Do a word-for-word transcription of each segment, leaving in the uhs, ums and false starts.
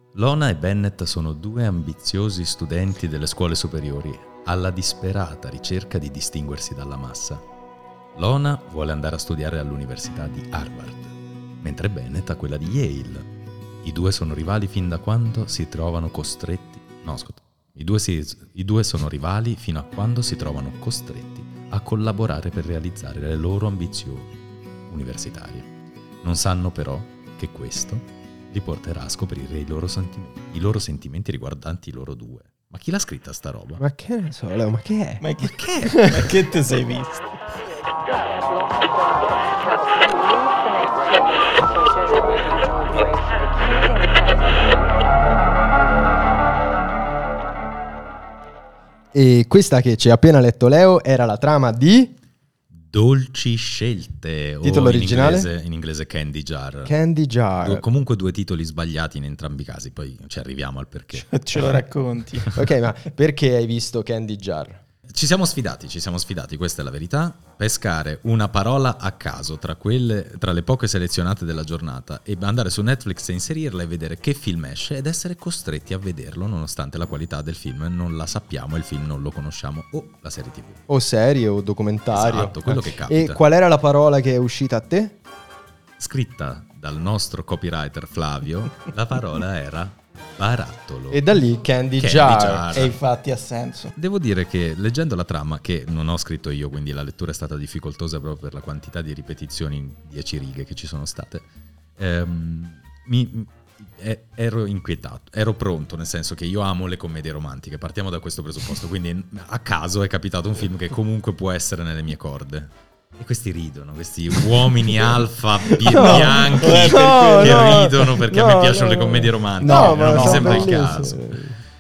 Lona e Bennett sono due ambiziosi studenti delle scuole superiori alla disperata ricerca di distinguersi dalla massa. Lona vuole andare a studiare all'università di Harvard, mentre Bennett a quella di Yale. I due sono rivali fin da quando si trovano costretti... No, scusa. I due, si... I due sono rivali fino a quando si trovano costretti a collaborare per realizzare le loro ambizioni universitarie. Non sanno però che questo li porterà a scoprire i loro sentimenti, i loro sentimenti riguardanti i loro due. Ma chi l'ha scritta sta roba? Ma che ne so, Leo, ma che è? Ma che, ma che, è? Ma che te sei visto? E questa che ci ha appena letto Leo era la trama di... Dolci scelte. Titolo o in originale? Inglese, in inglese Candy Jar. Candy Jar. Du- comunque due titoli sbagliati in entrambi i casi, poi ci arriviamo al perché. Ce lo racconti. Ok, ma perché hai visto Candy Jar? Ci siamo sfidati, ci siamo sfidati, questa è la verità. Pescare una parola a caso tra quelle, tra le poche selezionate della giornata e andare su Netflix e inserirla e vedere che film esce ed essere costretti a vederlo nonostante la qualità del film non la sappiamo, il film non lo conosciamo o la serie tivù. O serie o documentario. Esatto, quello che capita. E qual era la parola che è uscita a te? Scritta dal nostro copywriter Flavio, la parola era barattolo. E da lì Candy, Candy Jar. Jar. E infatti ha senso. Devo dire che leggendo la trama, che non ho scritto io, quindi la lettura è stata difficoltosa proprio per la quantità di ripetizioni in dieci righe che ci sono state, ehm, mi, eh, ero inquietato, ero pronto, nel senso che io amo le commedie romantiche, partiamo da questo presupposto, quindi a caso è capitato un film che comunque può essere nelle mie corde. E questi ridono, questi uomini alfa bi- No, bianchi no, che, no, che no, ridono perché no, a me piacciono no. le commedie romantiche, No, non ma mi sono sembra il bellissime. caso.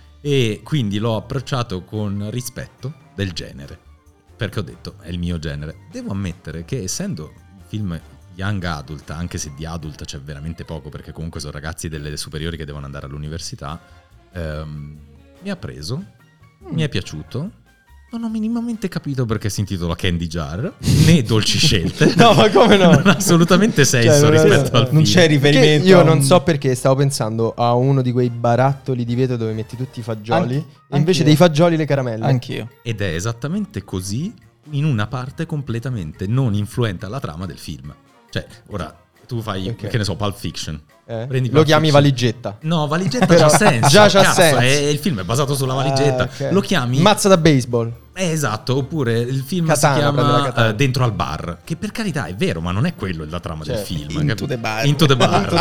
E quindi l'ho approcciato con rispetto del genere, perché ho detto è il mio genere. Devo ammettere che essendo un film young adult, anche se di adult c'è veramente poco perché comunque sono ragazzi delle superiori che devono andare all'università, ehm, mi ha preso, mm. mi è piaciuto. Non ho minimamente capito perché si intitola Candy Jar, né Dolci Scelte. No, ma come no? Non ha assolutamente senso Cioè, rispetto non- al Non film. c'è riferimento. Che io a non un- so perché stavo pensando a uno di quei barattoli di vetro dove metti tutti i fagioli Anche- e invece anch'io. dei fagioli le caramelle. Anch'io. Ed è esattamente così in una parte completamente non influente alla trama del film. Cioè, ora tu fai, Ok. che ne so, Pulp Fiction. Eh? Prendi Lo Pulp chiami Fiction. valigetta. No, valigetta Però c'ha senso. già c'ha Cazzo, senso. è- il film è basato sulla valigetta. Ah, ok. Lo chiami... Mazza da baseball. Eh, esatto, oppure il film Katana, si prende la chiama katana. eh, Dentro al bar, che per carità è vero, ma non è quello la trama del Cioè, film. Into capi- the bar. Into the bar. Into the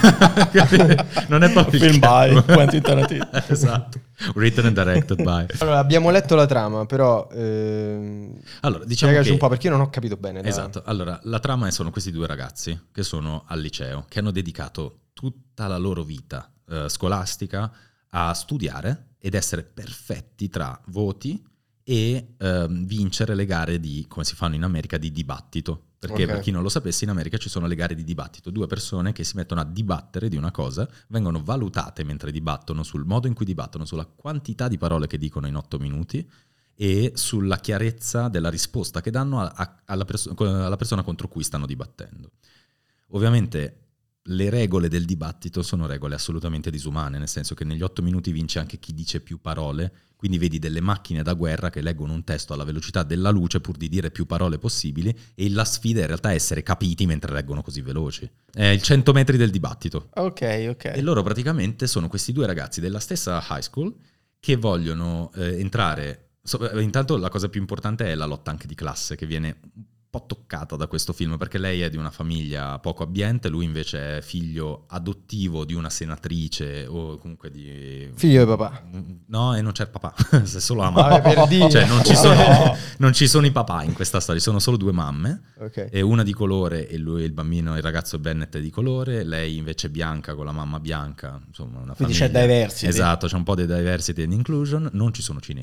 bar. Non è proprio il Film by caso. Quentin Tarantino. Esatto. Written and directed by. Allora, abbiamo letto la trama, però ehm, Allora, diciamo spiegaci che un po' perché io non ho capito bene. la- Esatto, allora la trama è sono questi due ragazzi che sono al liceo, che hanno dedicato tutta la loro vita eh, scolastica a studiare ed essere perfetti tra voti e ehm, vincere le gare di, come si fanno in America, di dibattito. Perché Ok. per chi non lo sapesse, in America ci sono le gare di dibattito. Due persone che si mettono a dibattere di una cosa, vengono valutate mentre dibattono sul modo in cui dibattono, sulla quantità di parole che dicono in otto minuti e sulla chiarezza della risposta che danno a- a- alla, perso- alla persona contro cui stanno dibattendo. Ovviamente le regole del dibattito sono regole assolutamente disumane, nel senso che negli otto minuti vince anche chi dice più parole, quindi vedi delle macchine da guerra che leggono un testo alla velocità della luce pur di dire più parole possibili e la sfida in realtà è essere capiti mentre leggono così veloci. È il cento metri del dibattito. Ok, ok. E loro praticamente sono questi due ragazzi della stessa high school che vogliono eh, entrare... so- eh, intanto la cosa più importante è la lotta anche di classe, che viene un po' toccata da questo film, perché lei è di una famiglia poco abbiente, lui invece è figlio adottivo di una senatrice o comunque di... Figlio di papà. No, e non c'è il papà, c'è solo la mamma. Vabbè, per dire. Cioè non ci, sono, non ci sono i papà in questa storia, ci sono solo due mamme. Ok. E una di colore e lui, il bambino, il ragazzo Bennett è di colore, lei invece è bianca con la mamma bianca, insomma una Quindi famiglia. c'è diversity. Esatto, c'è un po' di diversity and inclusion, non ci sono cinesi,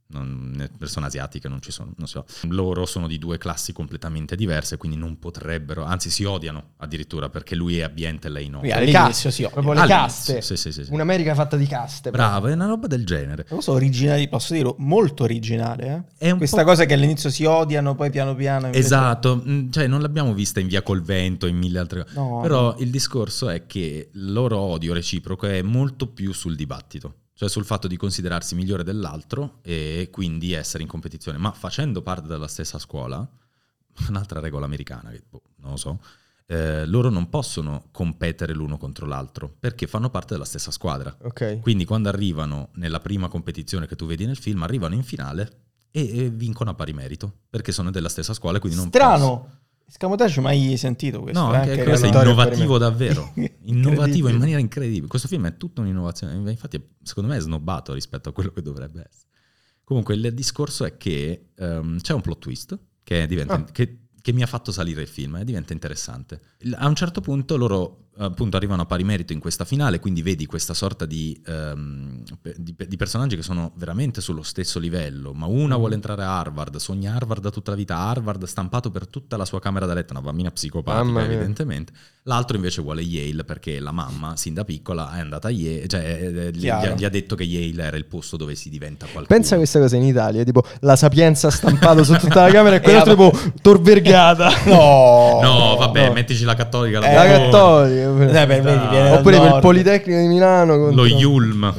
Non, persone asiatiche non ci sono, non so. Loro sono di due classi completamente diverse, quindi non potrebbero, anzi si odiano addirittura, perché lui è abbiente e lei no. Quindi Le all'inizio caste, sì, proprio le All'inizio, caste. sì, sì, sì, sì. Un'America fatta di caste. Bravo, è una roba del genere. Una cosa originale, posso dirlo, molto originale. Eh? È un Questa po'... cosa che all'inizio si odiano, poi piano piano... invece- Esatto, mm, cioè non l'abbiamo vista in Via col Vento e in mille altre cose. No, Però no. il discorso è che il loro odio reciproco è molto più sul dibattito. Cioè sul fatto di considerarsi migliore dell'altro e quindi essere in competizione. Ma facendo parte della stessa scuola, un'altra regola americana, che boh, non lo so, eh, loro non possono competere l'uno contro l'altro, perché fanno parte della stessa squadra. Ok. Quindi quando arrivano nella prima competizione che tu vedi nel film, arrivano in finale e, e vincono a pari merito, perché sono della stessa scuola, quindi non possono. Strano! Escamotage mai sentito questo? No, eh? anche Che questo è realtà- innovativo davvero, innovativo Incredibile. in maniera incredibile. Questo film è tutta un'innovazione, infatti secondo me è snobbato rispetto a quello che dovrebbe essere. Comunque il discorso è che um, c'è un plot twist che, diventa, Ah. che, che mi ha fatto salire il film e diventa interessante. A un certo punto loro appunto arrivano a pari merito in questa finale, quindi vedi questa sorta di, um, di, di personaggi che sono veramente sullo stesso livello, ma una Mm. vuole entrare a Harvard, sogna Harvard da tutta la vita, Harvard stampato per tutta la sua camera da letto, una bambina psicopatica Mamma mia. evidentemente, l'altro invece vuole Yale perché la mamma sin da piccola è andata a Yale, cioè eh, gli, Chiaro. gli ha detto che Yale era il posto dove si diventa qualcuno. Pensa a questa cosa in Italia, tipo la Sapienza stampato su tutta la camera e quell'altro tipo Tor Vergata. No! No, vabbè, no. mettici la cattolica, la Eh, La Bocconi, Cattolica. Dai, per me viene dal Oppure quel nord. Politecnico di Milano. lo contro- Yulm.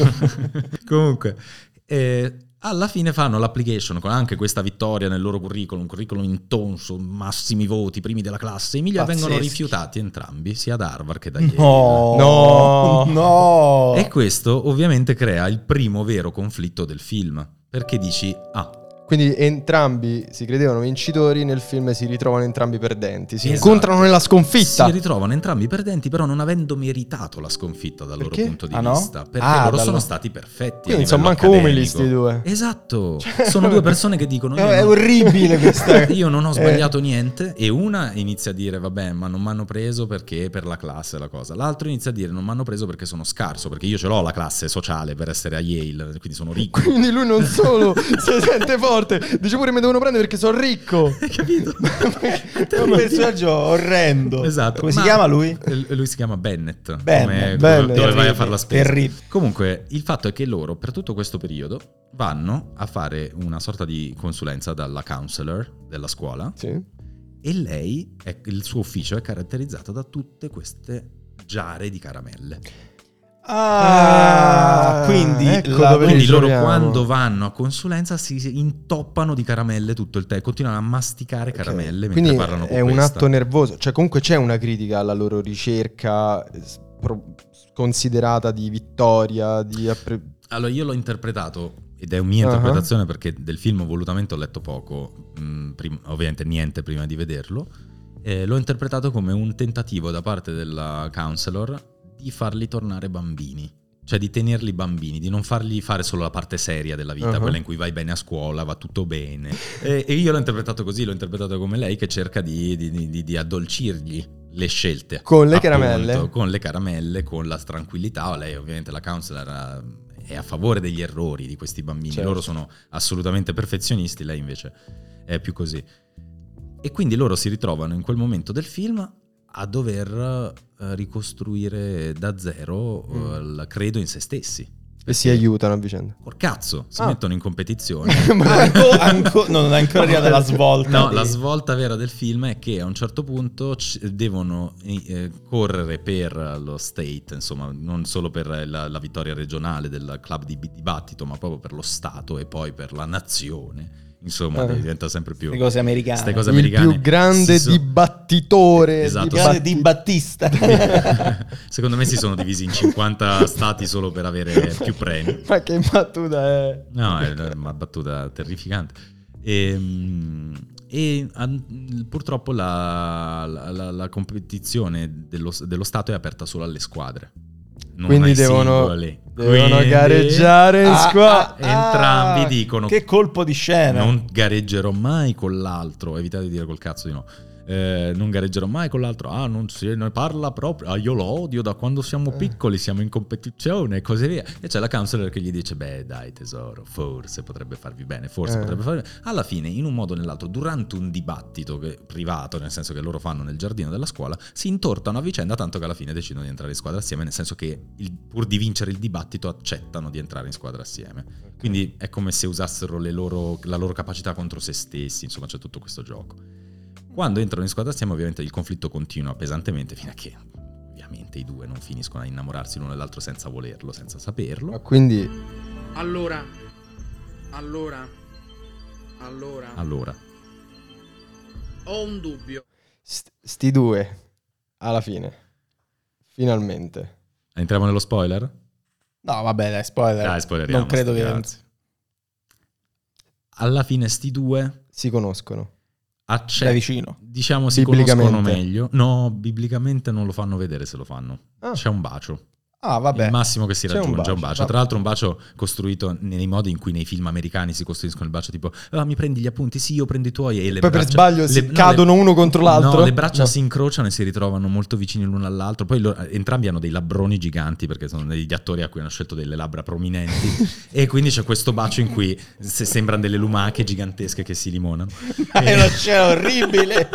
Comunque, eh, alla fine fanno l'application con anche questa vittoria nel loro curriculum, un curriculum intonso, massimi voti, primi della classe. Emilia vengono Pazzeschi. rifiutati entrambi, sia da Harvard che da Yale. No! No. No! E questo ovviamente crea il primo vero conflitto del film, perché dici, ah, Quindi entrambi si credevano vincitori, nel film si ritrovano entrambi perdenti. Si Esatto. incontrano nella sconfitta. si ritrovano entrambi perdenti, però non avendo meritato la sconfitta dal Perché? loro punto di Ah, no? vista, perché Ah, loro dallo- sono stati perfetti. Quindi a sono livello manco umili accademico. sti due. Esatto, sono due persone che dicono: io È non- orribile questa. Io non ho Eh. sbagliato niente, e una inizia a dire vabbè, ma non mi hanno preso perché per la classe la cosa. L'altro inizia a dire non mi hanno preso perché sono scarso, perché io ce l'ho la classe sociale per essere a Yale, quindi sono ricco. Quindi lui non solo si sente forte, dice pure mi devono prendere perché sono ricco. Hai capito? È un personaggio orrendo. Esatto. Come si Ma- chiama lui? Eh, Lui si chiama Bennett. Bennett, come- Bennett. dove vai a Terribile, fare la spesa. terribile. Comunque, il fatto è che loro per tutto questo periodo vanno a fare una sorta di consulenza dalla counselor della scuola. Sì. E lei, è- il suo ufficio è caratterizzato da tutte queste giare di caramelle. Ah, Ah, quindi, ecco la- dove Quindi li loro troviamo. quando vanno a consulenza si intoppano di caramelle tutto il tempo, continuano a masticare caramelle mentre Quindi parlano con è un questa. atto nervoso, cioè comunque c'è una critica alla loro ricerca eh, s- pro- considerata di vittoria, di appre- Allora io l'ho interpretato, ed è una mia Uh-huh. interpretazione perché del film volutamente ho letto poco, mh, prim- ovviamente niente prima di vederlo, eh, l'ho interpretato come un tentativo da parte della counselor di farli tornare bambini, cioè di tenerli bambini, di non fargli fare solo la parte seria della vita, Uh-huh. quella in cui vai bene a scuola, va tutto bene. E, e io l'ho interpretato così, l'ho interpretato come lei che cerca di, di- di- di addolcirgli le scelte. Con le appunto, caramelle? Con le caramelle, con la tranquillità. Lei ovviamente, la counselor, è a favore degli errori di questi bambini. Certo. Loro sono assolutamente perfezionisti, lei invece è più così. E quindi loro si ritrovano in quel momento del film a dover eh, ricostruire da zero Mm. eh, il credo in se stessi. e si aiutano a vicenda. Col cazzo, si Ah. mettono in competizione. Anco- anco- no, non è ancora arrivata la svolta. No, di- la svolta vera del film è che a un certo punto c- devono eh, correre per lo state, insomma, non solo per la, la vittoria regionale del club di di dibattito, ma proprio per lo Stato e poi per la nazione. Insomma, Eh. diventa sempre più Queste cose americane. Ste cose Il americane. più grande Si so- dibattitore. Esatto. Grande dibatti- di Battista. Secondo me si sono divisi in cinquanta stati solo per avere più premi. Ma che battuta è? No, è una battuta terrificante. E, e an- purtroppo la, la- la- la competizione dello, dello Stato è aperta solo alle squadre. Non Quindi ai devono, singoli. devono Quindi gareggiare in Ah, squadra. ah, entrambi ah, dicono che colpo di scena. non gareggerò mai con l'altro, evitate di dire col cazzo di no. eh, non gareggerò mai con l'altro, ah non se ne parla proprio, ah io lo odio da quando siamo piccoli, siamo in competizione e così via. E c'è la counselor che gli dice beh dai tesoro, forse potrebbe farvi bene, forse Eh. potrebbe farvi bene. Alla fine in un modo o nell'altro durante un dibattito che, privato, nel senso che loro fanno nel giardino della scuola, si intortano a vicenda tanto che alla fine decidono di entrare in squadra assieme, nel senso che il, pur di vincere il dibattito accettano di entrare in squadra assieme. Quindi è come se usassero le loro, la loro capacità contro se stessi, insomma c'è tutto questo gioco. Quando entrano in squadra assieme ovviamente il conflitto continua pesantemente fino a che ovviamente i due non finiscono a innamorarsi l'uno dell'altro senza volerlo, senza saperlo. Ma quindi Allora, allora, allora, Allora, ho un dubbio. st- sti due alla fine finalmente entriamo nello spoiler? No, vabbè, dai, spoiler. Dai, spoileriamo. Non credo sti che... cazzi. Alla fine sti due si conoscono. Da accettano, vicino. diciamo si Biblicamente. conoscono meglio. No, biblicamente non lo fanno vedere se lo fanno. Ah. C'è un bacio. Ah, vabbè. Il massimo che si C'è un raggiunge è un bacio, bacio. vabbè. Tra l'altro un bacio costruito nei modi in cui nei film americani si costruiscono il bacio tipo ah, mi prendi gli appunti, sì io prendo i tuoi e le Poi per braccia- sbaglio si le- no, cadono le- uno contro l'altro. No, le braccia No. si incrociano e si ritrovano molto vicini l'uno all'altro. Poi loro- entrambi hanno dei labbroni giganti perché sono degli attori a cui hanno scelto delle labbra prominenti e quindi c'è questo bacio in cui se- sembrano delle lumache gigantesche che si limonano. Ma è E- una scena orribile.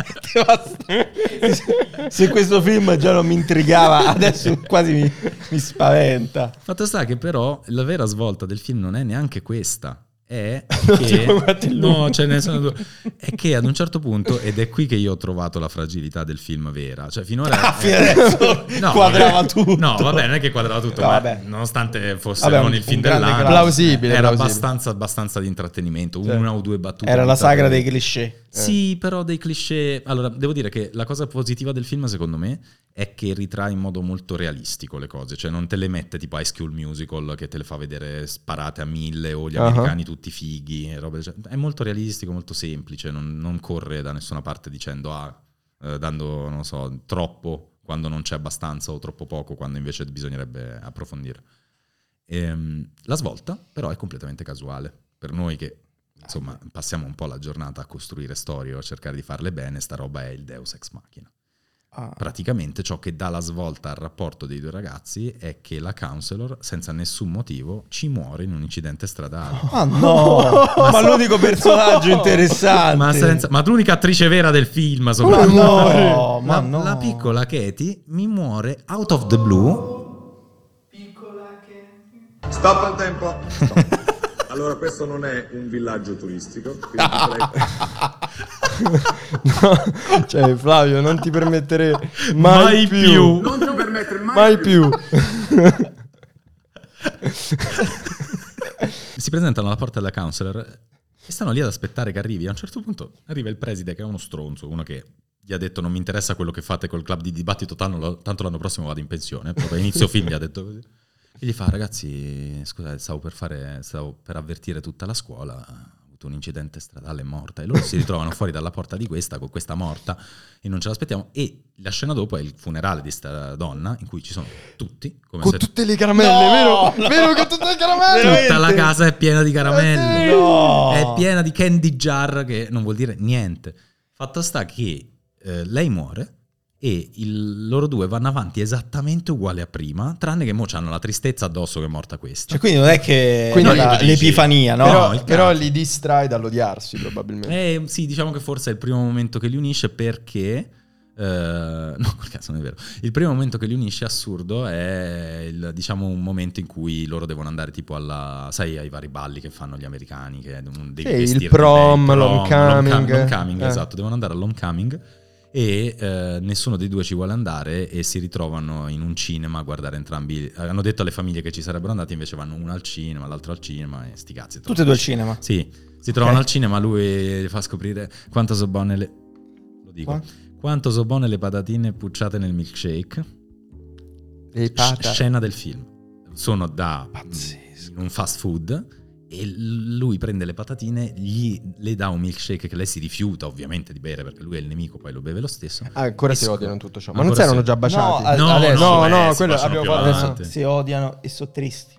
Se questo film già non mi intrigava, adesso quasi mi, mi spaventa. Fatto sta che però la vera svolta del film non è neanche questa. È Non ti che, puoi guardare no, ce ne sono due. È che ad un certo punto, ed è qui che io ho trovato la fragilità del film vera. Cioè, finora Ah, fino adesso No, quadrava vabbè. tutto. No, vabbè, non è che quadrava tutto, No, ma vabbè. nonostante fosse Vabbè, non un- il film un grande dell'anno, classico. Plausibile, era plausibile. abbastanza, abbastanza di intrattenimento. Cioè, Una o due battute. Era la buttate sagra lì. dei cliché. Sì, però dei cliché. Allora, devo dire che la cosa positiva del film, secondo me, è che ritrae in modo molto realistico le cose. Cioè, non te le mette tipo High School Musical che te le fa vedere sparate a mille o gli Uh-huh. americani tutti fighi. E robe, cioè, è molto realistico, molto semplice. Non, non corre da nessuna parte dicendo ah, eh, dando, non so, troppo quando non c'è abbastanza o troppo poco quando invece bisognerebbe approfondire. Ehm, la svolta, però, è completamente casuale. Per noi che insomma passiamo un po' la giornata a costruire storie o a cercare di farle bene, sta roba è il Deus Ex Machina. Ah. Praticamente ciò che dà la svolta al rapporto dei due ragazzi è che la counselor, senza nessun motivo, ci muore in un incidente stradale. Ah no, ma l'unico personaggio interessante. Ma, senza, ma l'unica attrice vera del film, Ma soprattutto. no, ma la, no. la piccola Katie mi muore out of the blue. Stop al tempo. Stop. Allora questo non è un villaggio turistico, quindi No, cioè Flavio non ti permetterei Mai mai, più, più. non ti permettere mai, mai più. Si presentano alla porta della counselor e stanno lì ad aspettare che arrivi. A un certo punto arriva il preside che è uno stronzo, uno che gli ha detto non mi interessa quello che fate col club di dibattito, tanto, tanto l'anno prossimo vado in pensione. Proprio a inizio film gli ha detto così. E gli fa ragazzi scusate stavo per fare stavo per avvertire tutta la scuola, ha avuto un incidente stradale, è morta, e loro si ritrovano fuori dalla porta di questa con questa morta e non ce l'aspettiamo. E la scena dopo è il funerale di sta donna in cui ci sono tutti come Con se tutte le caramelle, No, vero? no. Vero con tutte le caramelle? Veramente? tutta la casa è piena di caramelle, No. è piena di candy jar, che non vuol dire niente. Fatto sta che eh, lei muore e il, loro due vanno avanti esattamente uguali a prima, tranne che mo c'hanno la tristezza addosso che è morta questa. Cioè, quindi non è che Quindi no, la- tu dici- l'epifania, no? Però, il però cazzo. li distrae dall'odiarsi probabilmente. Eh, sì, diciamo che forse è il primo momento che li unisce perché... eh, no, quel cazzo non è vero. Il primo momento che li unisce, assurdo, è il, diciamo un momento in cui loro devono andare tipo alla... sai, ai vari balli che fanno gli americani, che devono- devi Sì, il vestirti prom, bene, l'homecoming. l'homecoming, l'homecoming, Eh. esatto, devono andare all'homecoming e eh, nessuno dei due ci vuole andare e si ritrovano in un cinema a guardare entrambi. Hanno detto alle famiglie che ci sarebbero andati, invece vanno uno al cinema, l'altro al cinema e sti cazzi. Tutte e due al cinema. Sì, si trovano Ok. al cinema, lui gli fa scoprire quanto so buone le... lo dico. Qua? Quanto so buone le patatine pucciate nel milkshake. Le Sc- pata- scena del film. Sono da Pazzesco. in un fast food e lui prende le patatine, gli, le dà un milkshake che lei si rifiuta ovviamente di bere perché lui è il nemico, poi lo beve lo stesso. Ah, ancora E si sc- odiano in tutto ciò. Ma Ancora non si erano si- già baciati? No, No, adesso- no, beh, no, si quello baciano abbiamo più fatto avanti. adesso. Si odiano e sono tristi.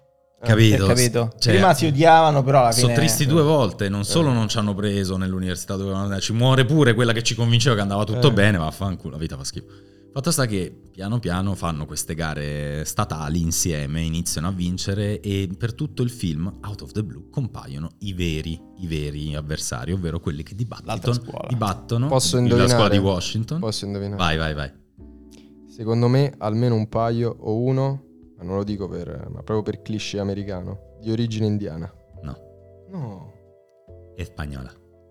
Capito? capito? Cioè, Prima si odiavano, però alla fine sono tristi due volte. Non solo non ci hanno preso nell'università, dovevano andare, ci muore pure quella che ci convinceva che andava tutto Eh. bene, vaffanculo, la vita fa schifo. Fatto sta che piano piano fanno queste gare statali insieme, iniziano a vincere e per tutto il film, out of the blue, compaiono i veri, i veri avversari, ovvero quelli che L'altra dibattono, scuola. dibattono Posso la indovinare? scuola di Washington. Posso indovinare? Vai, vai, vai. Secondo me almeno un paio o uno, ma non lo dico per, ma proprio per cliché americano, di origine indiana. No, No. è spagnola.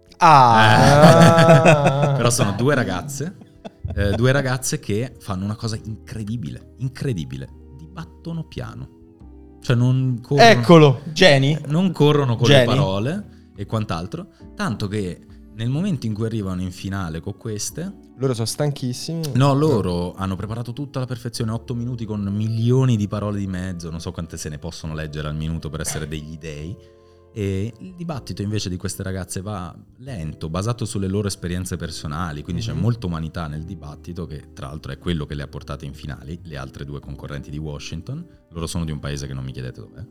Ah. Però sono due ragazze, eh, due ragazze che fanno una cosa incredibile, incredibile. Dibattono piano. Cioè non corrono, Eccolo. Jenny? non corrono con Jenny? le parole e quant'altro, tanto che nel momento in cui arrivano in finale con queste, Loro sono stanchissimi. no, loro hanno preparato tutto alla perfezione, otto minuti con milioni di parole di mezzo, non so quante se ne possono leggere al minuto per essere degli dei. E il dibattito invece di queste ragazze va lento, basato sulle loro esperienze personali, quindi Mhm. c'è molta umanità nel dibattito, che tra l'altro è quello che le ha portate in finali, le altre due concorrenti di Washington. Loro sono di un paese che non mi chiedete dov'è.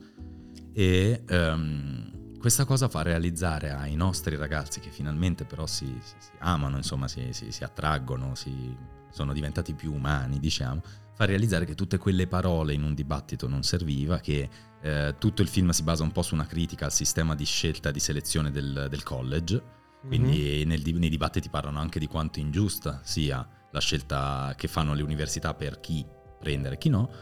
E ehm, questa cosa fa realizzare ai nostri ragazzi, che finalmente però si, si- si amano, insomma si, si- si attraggono, si, sono diventati più umani, diciamo, fa realizzare che tutte quelle parole in un dibattito non serviva, che eh, tutto il film si basa un po' su una critica al sistema di scelta e di selezione del, del college, quindi nel di- nei dibattiti parlano anche di quanto ingiusta sia la scelta che fanno le università per chi prendere e chi no,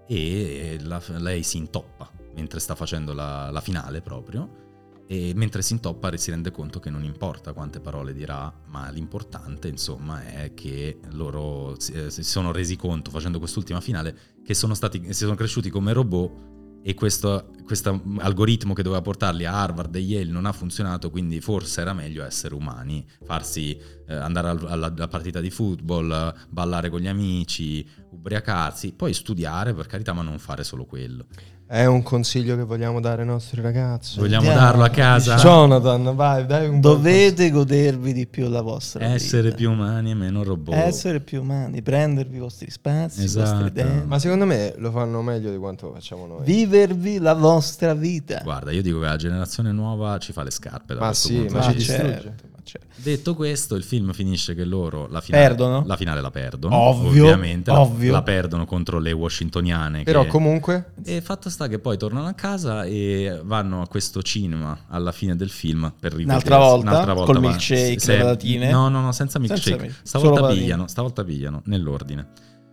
e la- lei si intoppa mentre sta facendo la, la finale proprio, e mentre si intoppa si rende conto che non importa quante parole dirà, ma l'importante insomma è che loro si, eh, si sono resi conto facendo quest'ultima finale che sono stati, si sono cresciuti come robot, e questo, questo algoritmo che doveva portarli a Harvard e Yale non ha funzionato, quindi forse era meglio essere umani, farsi eh, andare al- alla, alla partita di football, ballare con gli amici, ubriacarsi, poi studiare per carità, ma non fare solo quello. È un consiglio che vogliamo dare ai nostri ragazzi. Vogliamo Andiamo, darlo a casa? Jonathan, vai, dai un po' Dovete godervi di più la vostra Essere vita. più umani e meno robot. Essere più umani, prendervi i vostri spazi, Esatto. i vostri tempi, Ma secondo me lo fanno meglio di quanto lo facciamo noi. vivervi la vostra vita. Guarda, io dico che la generazione nuova ci fa le scarpe da Ma questo sì, punto ma di ci vista. distrugge. certo, ma certo. Detto questo, il film finisce che loro la finale, Perdono? la finale la perdono, Ovvio, ovviamente, la- ovvio. La, perdono contro le washingtoniane. Però che- comunque E fatto sta che poi tornano a casa e vanno a questo cinema alla fine del film per rivedersi. Un'altra volta? Col ma- milkshake, se- le patatine? No, no, no, senza Senza milkshake. milk- stavolta solo patatine. pigliano, stavolta pigliano, nell'ordine.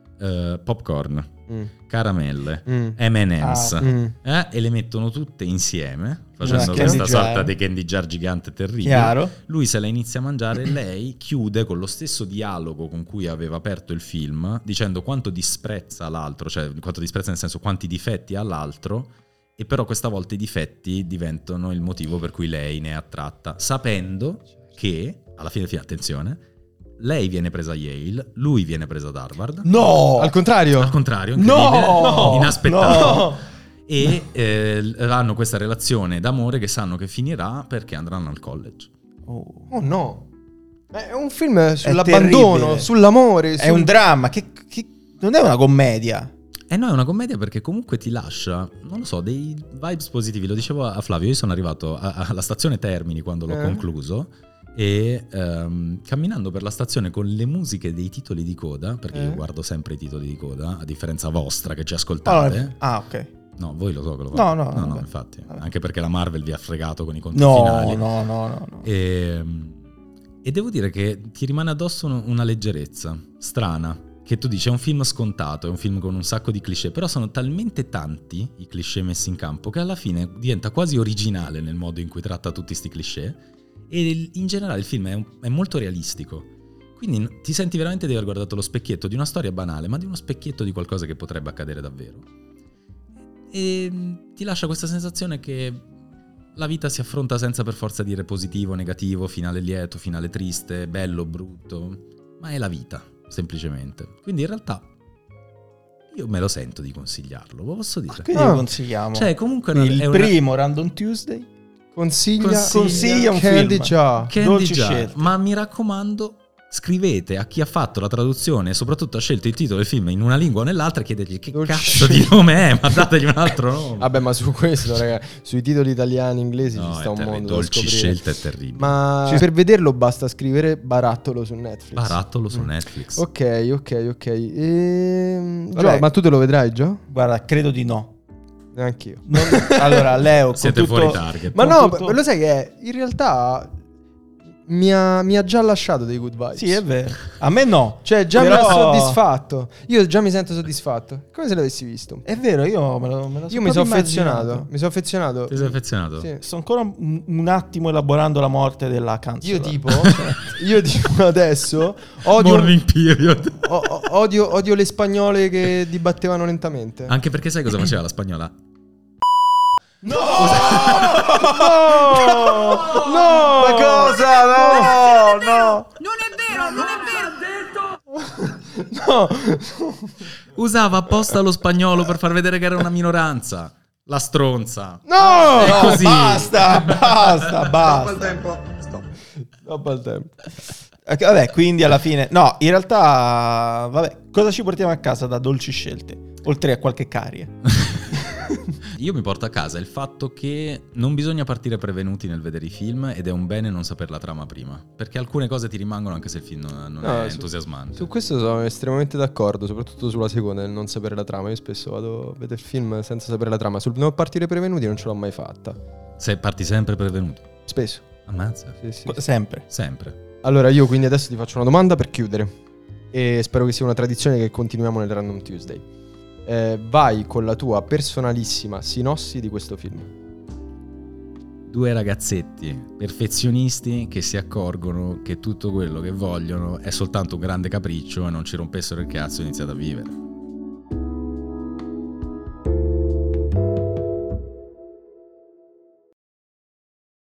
Eh, popcorn, Mm. caramelle, Mm. M and M's, Ah. Mm. eh, e le mettono tutte insieme, facendo Una questa candy jar. sorta di candy jar gigante terribile. Chiaro? Lui se la inizia a mangiare e lei chiude con lo stesso dialogo con cui aveva aperto il film, dicendo quanto disprezza l'altro, cioè quanto disprezza nel senso quanti difetti ha l'altro, e però questa volta i difetti diventano il motivo per cui lei ne è attratta, sapendo che, alla fine, fine attenzione, lei viene presa a Yale, lui viene preso ad Harvard. No! Al contrario. Al contrario, No! incredibile, No! inaspettato. No! E eh, hanno questa relazione d'amore che sanno che finirà perché andranno al college. Oh. Oh no. È un film sull'abbandono, terribile. sull'amore. È sul- un dramma, che, che- non è una commedia. E no, è una commedia perché comunque ti lascia, non lo so, dei vibes positivi. Lo dicevo a Flavio, io sono arrivato a- alla stazione Termini quando l'ho Eh. concluso, e ehm, camminando per la stazione con le musiche dei titoli di coda, perché Eh. io guardo sempre i titoli di coda, a differenza vostra che ci Allora, ascoltate. ah, ok. No, voi lo so che lo No, fate. no, no, no, vabbè. infatti. Vabbè. Anche perché la Marvel vi ha fregato con i conti No, finali. no, no, no, no. E, e devo dire che ti rimane addosso un- una leggerezza strana, che tu dici è un film scontato, è un film con un sacco di cliché, però sono talmente tanti i cliché messi in campo che alla fine diventa quasi originale nel modo in cui tratta tutti sti cliché, e il- in generale il film è, un- è molto realistico. Quindi n- ti senti veramente di aver guardato lo specchietto di una storia banale, ma di uno specchietto di qualcosa che potrebbe accadere davvero. E mh, ti lascia questa sensazione che la vita si affronta senza per forza dire positivo, negativo, finale lieto, finale triste, bello, brutto, ma è la vita, semplicemente. Quindi in realtà io me lo sento di consigliarlo, lo posso dire. Quindi Ah. lo consigliamo. Cioè, comunque è una- il è una- primo Random Tuesday Consiglia, Consiglia un Candy film. Jar. Candy dolci Jar, scelte. ma mi raccomando, Scrivete a chi ha fatto la traduzione e soprattutto ha scelto il titolo del film in una lingua o nell'altra, chiedetegli che Dolci cazzo di nome è, ma dategli un altro nome. Vabbè, ma su questo, raga, sui titoli italiani, inglesi No, ci sta è un terri- mondo da Dolci scoprire. Scelte è terribile. Ma per vederlo basta scrivere Barattolo su Netflix. Barattolo su Mm. Netflix. Ok, ok, ok. Ehm, Vabbè. Gio, ma tu te lo vedrai, Gio? Guarda, credo di no. Neanch'io. Non- Allora, Leo, con Siete tutto- fuori target. Ma Con no, tutto- lo sai che è? In realtà mi ha, mi ha già lasciato dei good vibes. Sì, è vero. A me no. Cioè, già mi Però- ha soddisfatto. Io già mi sento soddisfatto. Come se l'avessi visto. È vero, io me lo, me lo Io mi proprio sono affezionato. immaginato. Mi sono affezionato. Ti sei affezionato? Sì. Sto ancora un, un attimo elaborando la morte della canzone. Io tipo, io tipo adesso odio, Morning period. o- o- odio, odio le spagnole che dibattevano lentamente. Anche perché sai cosa faceva la spagnola? No! No! Ma cosa? No, no. Non è vero, non è vero. No! Usava apposta lo spagnolo per far vedere che era una minoranza. La stronza. No! È No, così. basta, basta, Stop basta. il tempo. Stop. Troppo al tempo. Ok, vabbè, quindi alla fine... No, in realtà... Vabbè, cosa ci portiamo a casa da dolci scelte? Oltre a qualche carie. Io mi porto a casa il fatto che non bisogna partire prevenuti nel vedere i film ed è un bene non sapere la trama prima. Perché alcune cose ti rimangono anche se il film non, non No, è su- entusiasmante. Su questo sono estremamente d'accordo, soprattutto sulla seconda, nel non sapere la trama. Io spesso vado a vedere il film senza sapere la trama. Sul non partire prevenuti non ce l'ho mai fatta. Se parti sempre prevenuto. Spesso. Ammazza. Sì, sì. Sempre. Sempre. Allora io quindi adesso ti faccio una domanda per chiudere. E spero che sia una tradizione che continuiamo nel Random Tuesday. Eh, vai con la tua personalissima sinossi di questo film. Due ragazzetti perfezionisti che si accorgono che tutto quello che vogliono è soltanto un grande capriccio e non ci rompessero il cazzo e iniziate a vivere.